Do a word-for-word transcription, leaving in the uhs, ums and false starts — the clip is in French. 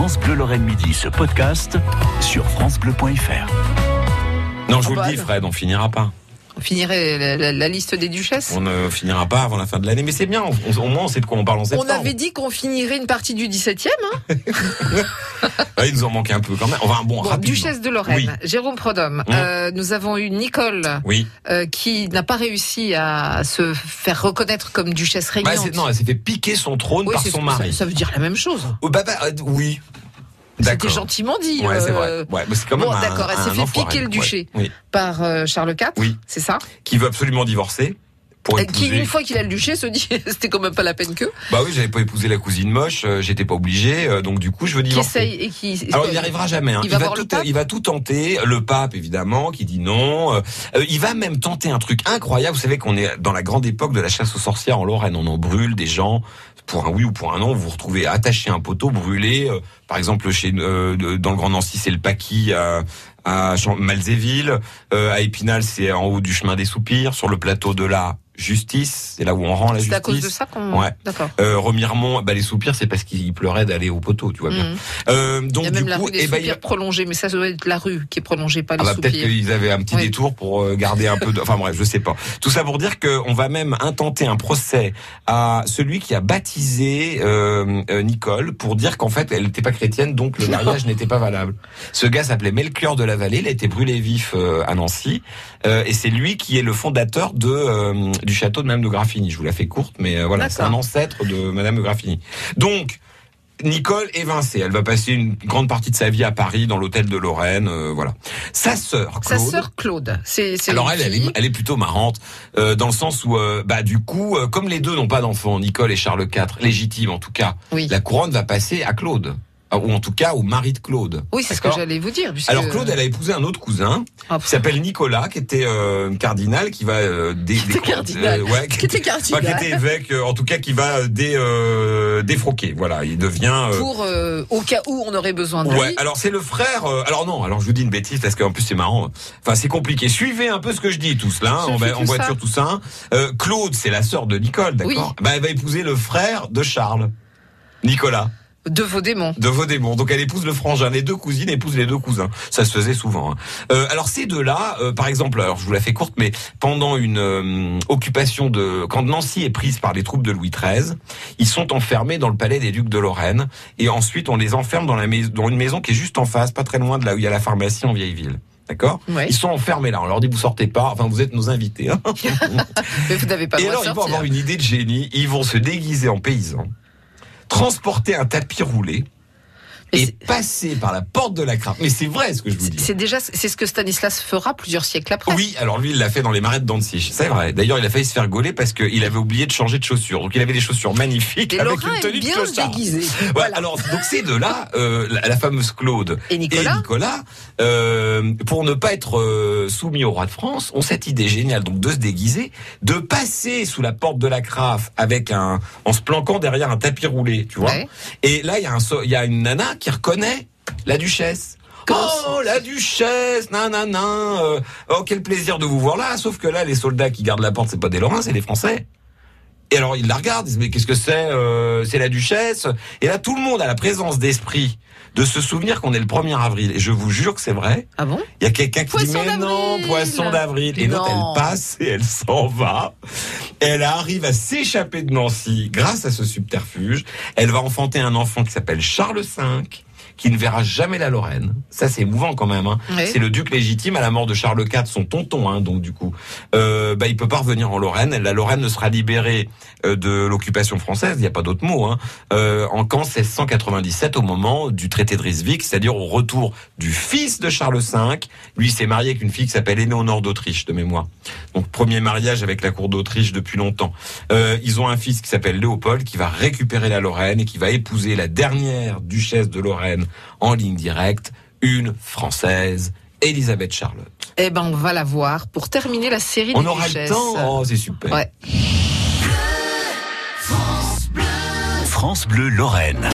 France Bleu Lorraine Midi se podcast sur francebleu point f r. Non, je Oh vous bah, le dis, Fred, on finira pas. On finirait la, la, la liste des duchesses. On ne finira pas avant la fin de l'année, mais c'est bien. On, au moins, on sait de quoi on parle en septembre. On avait dit qu'on finirait une partie du dix-septième. Hein. Ouais, il nous en manquait un peu quand même. Enfin, bon, Bon, rapidement. Duchesse de Lorraine, Oui. Jérôme Prodhomme. Mmh. Euh, nous avons eu Nicole, Oui. euh, qui n'a pas réussi à se faire reconnaître comme duchesse Bah, régnante. c'est- non, elle s'est fait piquer son trône Oui, par c'est- son ça, mari. ça veut dire la même chose. Oh, bah, bah, euh, oui. C'était D'accord. gentiment dit. Ouais, c'est euh, vrai. Ouais, mais c'est quand même Bon, un- d'accord, elle s'est un fait enfoiré. piquer le duché. Ouais. Oui. par euh, Charles quatre. Oui. C'est ça. Qui veut absolument divorcer. Pour Et qui, épouser... une fois qu'il a le duché, se dit c'était quand même pas la peine que. Bah oui, j'avais pas épousé la cousine moche, euh, j'étais pas obligé, euh, donc du coup je veux Qui divorcer. essaye et qui. Alors il n'y arrivera jamais. Hein. Il va voir tout, le pape il va tout tenter. Le pape évidemment qui dit non. Euh, euh, il va même tenter un truc incroyable. Vous savez qu'on est dans la grande époque de la chasse aux sorcières en Lorraine. On en brûle des gens pour un oui ou pour un non. Vous vous retrouvez attaché à un poteau, brûlé. Euh, par exemple chez euh, de- dans le Grand Nancy, c'est le Paquis à, à Champ- Malzéville. Euh, à Épinal, c'est en haut du chemin des Soupirs. Sur le plateau de la Justice, c'est là où on rend la C'est justice. à cause de ça qu'on. Ouais. D'accord. Euh, Remiremont, bah les soupirs, c'est parce qu'il pleurait d'aller au poteau, tu vois bien. Mmh. Euh, Il donc y a du même la coup, rue des eh ben, soupirs il- prolongée, mais ça, ça doit être la rue qui est prolongée, pas les ah bah, peut-être soupirs. qu'ils avaient un petit Oui. détour pour euh, garder un peu de... Enfin bref, je sais pas. Tout ça pour dire qu'on va même intenter un procès à celui qui a baptisé euh, euh, Nicole pour dire qu'en fait, elle n'était pas chrétienne, donc le mariage n'était pas valable. Ce gars s'appelait Melchior de la Vallée, il a été brûlé vif euh, à Nancy, euh, et c'est lui qui est le fondateur de euh, du château de Madame de Graffigny. Je vous la fais courte, mais euh, voilà, D'accord. c'est un ancêtre de Madame de Graffigny. Donc, Nicole est vincée. Elle va passer une grande partie de sa vie à Paris, dans l'hôtel de Lorraine, euh, voilà. Sa sœur, Sa Claude. sœur Claude, c'est c'est Alors une elle, elle fille. est, elle est plutôt marrante, euh, dans le sens où, euh, bah du coup, euh, comme les deux n'ont pas d'enfants, Nicole et Charles quatre, légitimes en tout cas, Oui. la couronne va passer à Claude, ou en tout cas au mari de Claude. Oui, c'est ce que D'accord. j'allais vous dire. puisque- Alors Claude, elle a épousé un autre cousin Ah, qui s'appelle Nicolas, qui était euh, cardinal, qui va euh, dé, Qui était dé- cardinal. euh, ouais, Qui était enfin, cardinal. qui était évêque, euh, en tout cas qui va euh, dé, euh, défroquer. Voilà, il devient. euh, Pour euh, au cas où on aurait besoin de lui. Ouais, alors c'est le frère. euh, alors non, alors je vous dis une bêtise parce qu'en plus c'est marrant. Enfin c'est compliqué. Suivez un peu ce que je dis tous là, hein, Je en, fais va- tout en voiture ça. tout ça. hein. Euh, Claude, c'est la sœur de Nicole, d'accord. Bah elle va épouser le frère de Charles, Nicolas De Vaudémont. de Vaudémont. Donc elle épouse le frangin. Les deux cousines épousent les deux cousins. Ça se faisait souvent. hein. Euh, alors ces deux-là, euh, par exemple, alors je vous la fais courte, mais pendant une euh, occupation de, quand Nancy est prise par les troupes de Louis treize, ils sont enfermés dans le palais des ducs de Lorraine, et ensuite on les enferme dans la maison, dans une maison qui est juste en face, pas très loin de là où il y a la pharmacie en vieille ville. D'accord. Ouais. Ils sont enfermés là. On leur dit vous sortez pas. Enfin vous êtes nos invités. Hein. Mais vous n'avez pas le Et droit alors de ils vont sortir. avoir une idée de génie. Ils vont se déguiser en paysans, transporter un tapis roulé. Mais Et c'est- passer par la porte de la crainte. Mais c'est vrai ce que je vous dis. C'est déjà c'est ce que Stanislas fera plusieurs siècles après. Oui, alors lui, il l'a fait dans les marais de Danzig. C'est vrai. D'ailleurs, il a failli se faire gauler parce qu'il avait oublié de changer de chaussures. Donc, il avait des chaussures magnifiques Les avec Lorrains une tenue aiment de bien se clochard. déguiser. Ouais, Voilà. alors, donc ces deux-là, euh, la, la fameuse Claude Et Nicolas. et Nicolas, euh, pour ne pas être euh, soumis au roi de France, ont cette idée géniale donc de se déguiser, de passer sous la porte de la Crafe avec un, en se planquant derrière un tapis roulé, tu vois. Ouais. Et là, il y a un, so- il y a une nana qui reconnaît la duchesse. Comment Oh, la duchesse, nanana, euh, oh, quel plaisir de vous voir là. Sauf que là, les soldats qui gardent la porte, c'est pas des Lorrains, c'est des Français. Et alors, ils la regardent, ils disent, mais qu'est-ce que c'est euh, C'est la duchesse. Et là, tout le monde a la présence d'esprit de se souvenir qu'on est le premier avril. Et je vous jure que c'est vrai. Ah bon? Il y a quelqu'un qui dit, Poisson mais non, d'avril. poisson d'avril. Et l'autre, Non. elle passe et elle s'en va. Elle arrive à s'échapper de Nancy grâce à ce subterfuge. Elle va enfanter un enfant qui s'appelle Charles cinq, qui ne verra jamais la Lorraine. Ça, c'est émouvant quand même. Hein. Oui. C'est le duc légitime à la mort de Charles quatre, son tonton. Hein, donc du coup, euh, bah, il peut pas revenir en Lorraine. La Lorraine ne sera libérée euh, de l'occupation française. Il n'y a pas d'autre mot. Hein, euh, en qu'en seize cent quatre-vingt-dix-sept, au moment du traité de Ryswick, c'est-à-dire au retour du fils de Charles cinq. Lui, s'est marié avec une fille qui s'appelle Éléonore d'Autriche, de mémoire. Donc premier mariage avec la cour d'Autriche depuis longtemps. Euh, ils ont un fils qui s'appelle Léopold, qui va récupérer la Lorraine et qui va épouser la dernière duchesse de Lorraine en ligne directe, une Française, Elisabeth Charlotte. Eh ben on va la voir pour terminer la série On des aura duchesses. le temps. Oh, c'est super. Ouais. France Bleu Lorraine.